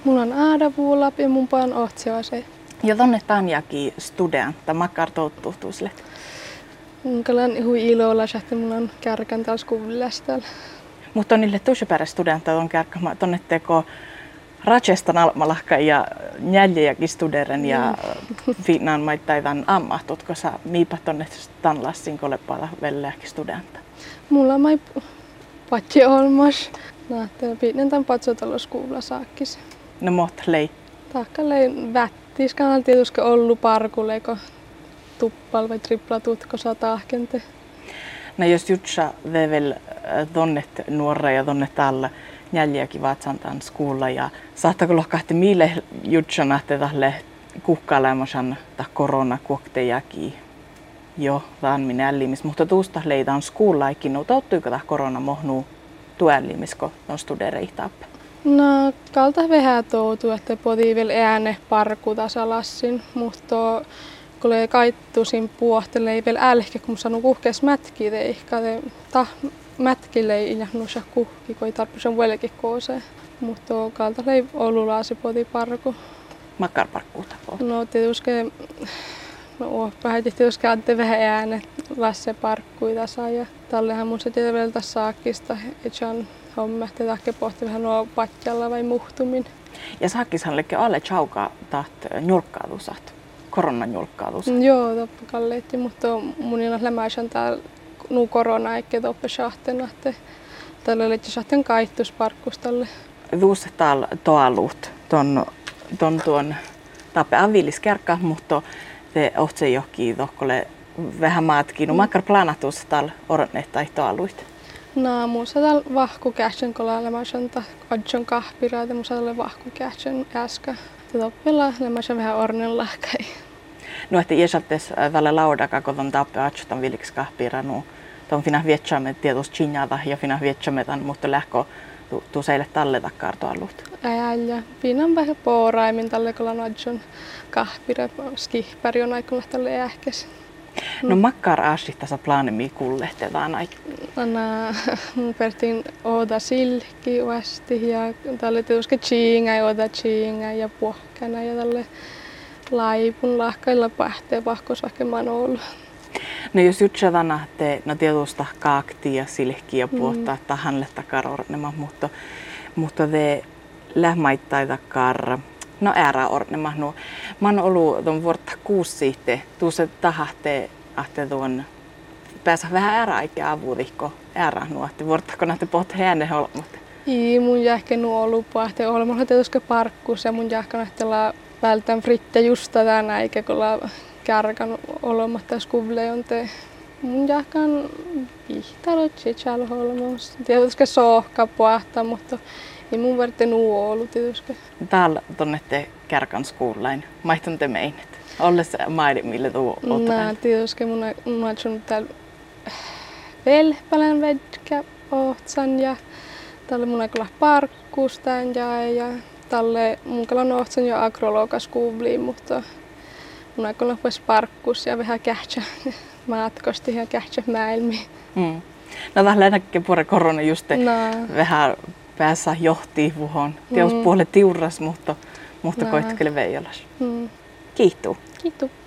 Mulla on Aada ja mun paan ohtsioase. Ja tonne tämänkin studenta, makkar touttuutuisille. Munkalan hui ilolla, että mulla on kärkän taas kuvillasta. Mutta niille tuossa studenta on kärkkämä tonne teko Rachestan almalahka ja jäljäkin studeren ja fiinan maittaivan ammahtut, koska miipä tonne stanlassin kolepala velleäkin studenta. Mulla on patsi olmas. Nähtä piinen tämän patsotalouskuulla saakkis. No mot lei. Taakkalleen vättis kannalta tietysti ollut parkuleiko tuppal vai triplatutko saa tahkente. No jos jutsa vevel tonnet nuora ja tonnet alla jäljäkin vatsantaan skuulla ja saattaako lohkahti mille jutsa nähtä tälle kuhkailemosan ta koronakuoktejakin jo vaan minä ällimis, mutta tuosta leidaan skuullaikin, no tauttuiko tämä korona mohnuu tuellimisko on studereihtaappa? No kalta vähän toutu, että poti vielä ääne parkuta salassin, mutta kun ei kaittuisin puohtele ei vielä älkä, kun sanu kuhkeas mätki teihkä, mätkille ei ilahnuus ja kuhki, kun ei tarvitse velki kooseen. Mutta kalta ei ollut laasi poti parku. Makkar parkkuuta po? No tietysti, tietysti antti vähän ääne lasse parkkuita saa ja tallehan mun se vielä tässä saakista, että on homma, että tahke pohti vähän nuo patjalla vai muhtumin. Ja saakishan lekke alle chauka taht njulkkaatusat, koronanjulkkaatusat? Joo, toppakalleetti, mutta mun on lämmäisen täällä nuu korona eikä toppe shahtena, että tällä oli shahten kaittus parkkustalle. Tuossa täällä toaluut tuon tappe avilliskerkka, mutta te ohtse johonkin tohkolle vähän maatkin. No makkar planatuus täällä orne tai toaluit? No muussa täällä vahkukähtsän kolla lämmäisen adjon kahpiraa, ja muussa täällä vahkukähtsän äsken. Toppilla lämmäisen vähän ornenlahkai. No että jäsattes tällä laudaka, kun on tappe adjotan villiks kahpiraa, no tuon finna vietsämme tietysti chinjata ja finna vietsämme tämän, mutta lähkö tuoseille talle takkaan toaluut? Ja pinnan vähän pooraimin tälle kolla adjon kahpiraa, skihpäri on aikana tälle ähkäs. No makkar aastissa plaanemi kullehtetaan aika. Mun pertiin oda silkki vasti ja tälle tietysti chinga ja oda chinga ja pohkana ja tälle laipun lahkailla pähteen vahkos vaikka mä oon ollut. No jos jutsataan, että no tietysti kaakti ja silkki ja puhuttaa, että hänelle takar ornema, mutta te lähmaittai takar. No äära ornema. No, mä oon ollut tuon vuotta 6 sitten. Tuossa tahahte, että tuon pääsä vähän ääräikä avuudikko äära nuotti. Vuottako nähty pohti hänen olmut? Ei, mun jähkä nuo lupaa, että olmalla tietysti parkkuus ja mun jähkä nähtällä vältän fritte justa tänä eikä kun kärkan olematta skuvle on te. Mun jähkä on vihtalot, chichalo olmos. Tietysti sohka puhta, mutta ei mun verran nuo ollut tietysti. Täällä tuonnette kärkan skuullain. Mahtun te meinet? Olles maidi, mille tuu ottataan? No, tietysti mun on täällä velpälän vedkä ohtsan ja tälle mun aika parkkuustaan ja tälle mun on ohtsan jo agrologas kuubliin, mutta mun aika parkkuus ja vähän kähtsä matkosti ja kähtsä mäilmiin. No vähän näkee puore korona just vähän päässä johtii vuhon. Teos puolet tiuras, mutta koittakele veijolas. Kiitos. Kiitos.